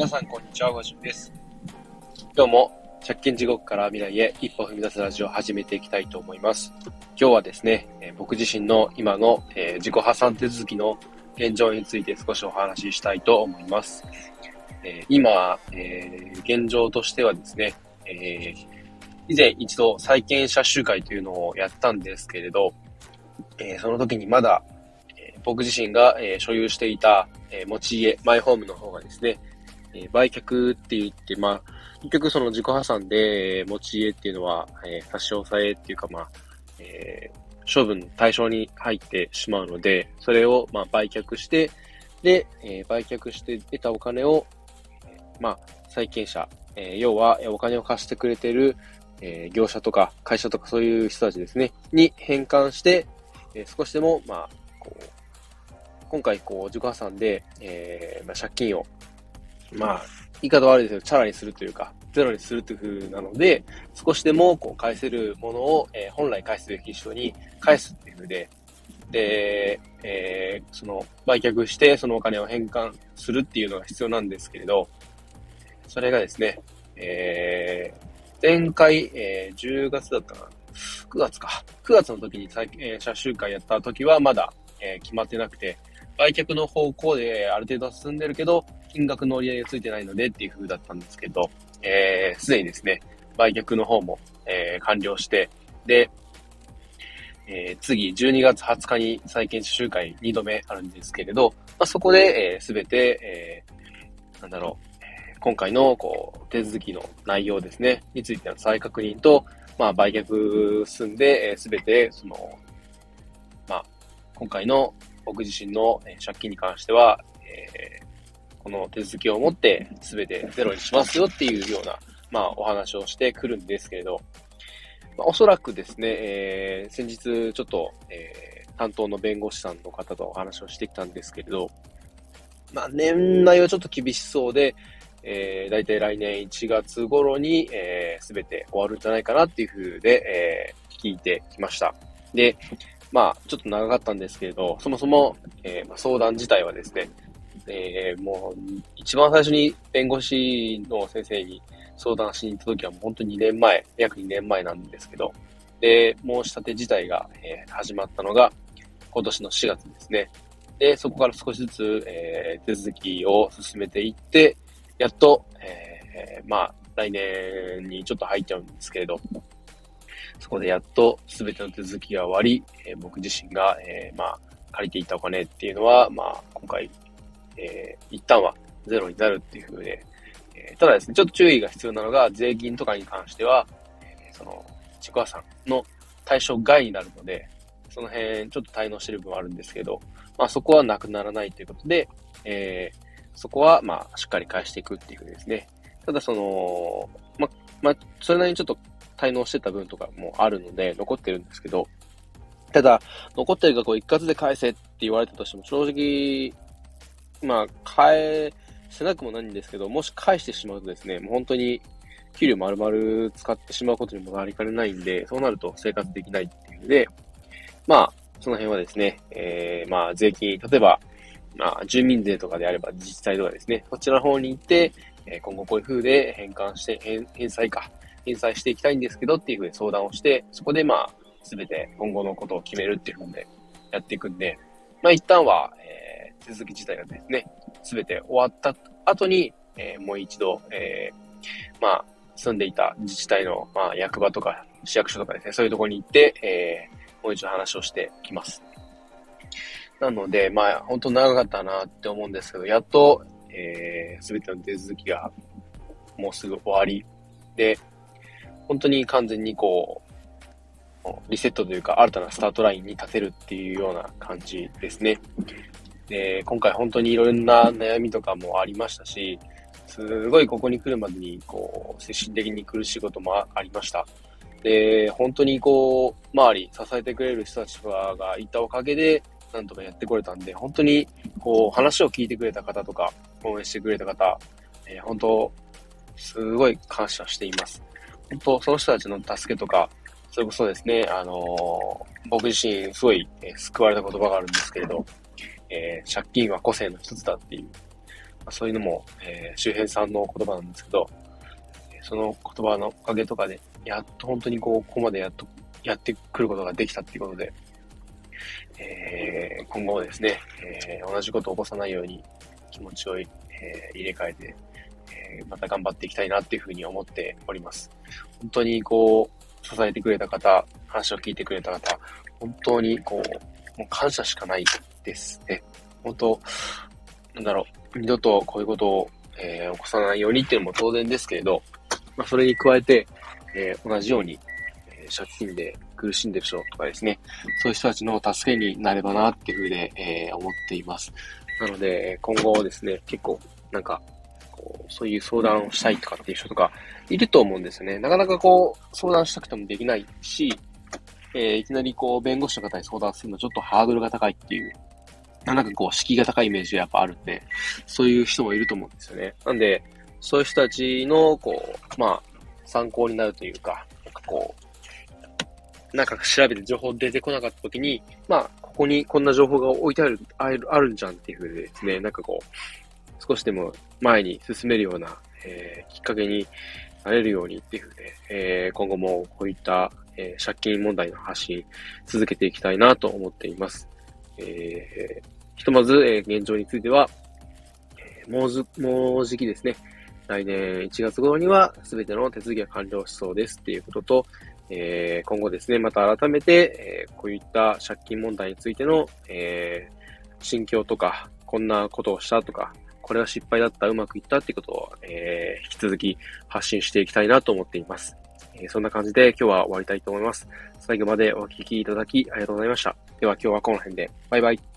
皆さんこんにちは、ごじゅんです。今日も借金地獄から未来へ一歩踏み出すラジオを始めていきたいと思います。今日はですね、僕自身の今の、自己破産手続きの現状について少しお話ししたいと思います。今、現状としてはですね、以前一度債権者集会というのをやったんですけれど、その時にまだ、僕自身が、所有していた、持ち家、マイホームの方がですね、売却って言って、結局その自己破産で、持ち家っていうのは、差し押さえっていうか、処分の対象に入ってしまうので、それを、売却して、で、売却して得たお金を、債権者、要は、お金を貸してくれている、業者とか会社とかそういう人たちですね、に返還して、少しでも、今回、自己破産で、借金を、言い方悪いですけど、チャラにするというか、ゼロにするという風なので、少しでも、返せるものを、本来返すべき人に返すっていう風で、その、売却して、そのお金を返還するっていうのが必要なんですけれど、それがですね、前回、10月だったかな。9月か。9月の時に債権者集会やった時はまだ、決まってなくて、売却の方向である程度進んでるけど、金額の折り合いがついてないのでっていう風だったんですけど、すでにですね、売却の方も、完了して、で、次、12月20日に債権者集会2度目あるんですけれど、そこで、すべて、今回の、手続きの内容ですね、についての再確認と、売却進んで、すべて、今回の僕自身の借金に関しては、この手続きをもって全てゼロにしますよっていうような、お話をしてくるんですけれど、おそらくですね、先日ちょっと、担当の弁護士さんの方とお話をしてきたんですけれど、年内はちょっと厳しそうで、だいたい来年1月頃に、全て終わるんじゃないかなっていう風で、聞いてきました。で、ちょっと長かったんですけれど、そもそも、相談自体はですね、もう、一番最初に弁護士の先生に相談しに行った時はもう本当に2年前、約2年前なんですけど、で、申し立て自体が、始まったのが今年の4月ですね。で、そこから少しずつ、手続きを進めていって、やっと、来年にちょっと入っちゃうんですけれど、そこでやっと全ての手続きが終わり、僕自身が、借りていたお金っていうのは、今回、一旦はゼロになるっていう風で、ただですね、ちょっと注意が必要なのが、税金とかに関しては、その、自己破産の対象外になるので、その辺、ちょっと滞納してる部分はあるんですけど、そこはなくならないということで、そこは、しっかり返していくっていう風ですね。ただ、その、それなりにちょっと滞納してた分とかもあるので、残ってるんですけど、ただ、残ってる額を一括で返せって言われたとしても、正直、返せなくもないんですけど、もし返してしまうとですね、もう本当に、給料丸々使ってしまうことにもなりかねないんで、そうなると生活できないっていうので、その辺はですね、税金、例えば、住民税とかであれば自治体とかですね、そちらの方に行って、今後こういう風で返済していきたいんですけどっていう風で相談をして、そこですべて今後のことを決めるっていう風でやっていくんで、一旦は、手続き自体がですね、すべて終わった後に、もう一度、住んでいた自治体の、役場とか市役所とかですね、そういうところに行って、もう一度話をしてきます。なので、本当長かったなって思うんですけど、やっと、すべての手続きがもうすぐ終わりで、本当に完全にリセットというか、新たなスタートラインに立てるっていうような感じですね。で、今回本当にいろんな悩みとかもありましたし、すごいここに来るまでに、精神的に苦しいこともありました。で、本当に周り、支えてくれる人たちがいたおかげで、なんとかやってこれたんで、本当に、話を聞いてくれた方とか、応援してくれた方、本当、すごい感謝しています。本当、その人たちの助けとか、それこそですね、僕自身、すごい、救われた言葉があるんですけれど、借金は個性の一つだっていう、 そういうのも、周辺さんの言葉なんですけど、その言葉のおかげとかで、やっと本当にここまでやってくることができたっていうことで、今後もですね、同じことを起こさないように気持ちを、入れ替えて、また頑張っていきたいなっていうふうに思っております。本当に支えてくれた方、話を聞いてくれた方、本当にもう感謝しかないですね。本当、二度とこういうことを、起こさないようにっていうのも当然ですけれど、それに加えて、同じように、借金で苦しんでる人とかですね、そういう人たちの助けになればなっていうふうで、思っています。なので、今後ですね、結構、そういう相談をしたいとかっていう人とかいると思うんですよね。なかなか相談したくてもできないし、いきなり弁護士の方に相談するのちょっとハードルが高いっていう、敷居が高いイメージがやっぱあるんで、そういう人もいると思うんですよね。なんで、そういう人たちの、参考になるというか、調べて情報出てこなかった時に、ここにこんな情報が置いてあるんじゃんっていう風でですね、少しでも前に進めるような、きっかけになれるようにっていう風で、今後もこういった、借金問題の発信続けていきたいなと思っています。ひとまず、現状については、もうじきですね、来年1月頃には全ての手続きが完了しそうですっていうことと、今後ですね、また改めて、こういった借金問題についての、心境とか、こんなことをしたとか、これは失敗だった、うまくいったっていうことを、引き続き発信していきたいなと思っています。そんな感じで今日は終わりたいと思います。最後までお聞きいただきありがとうございました。では今日はこの辺で。バイバイ。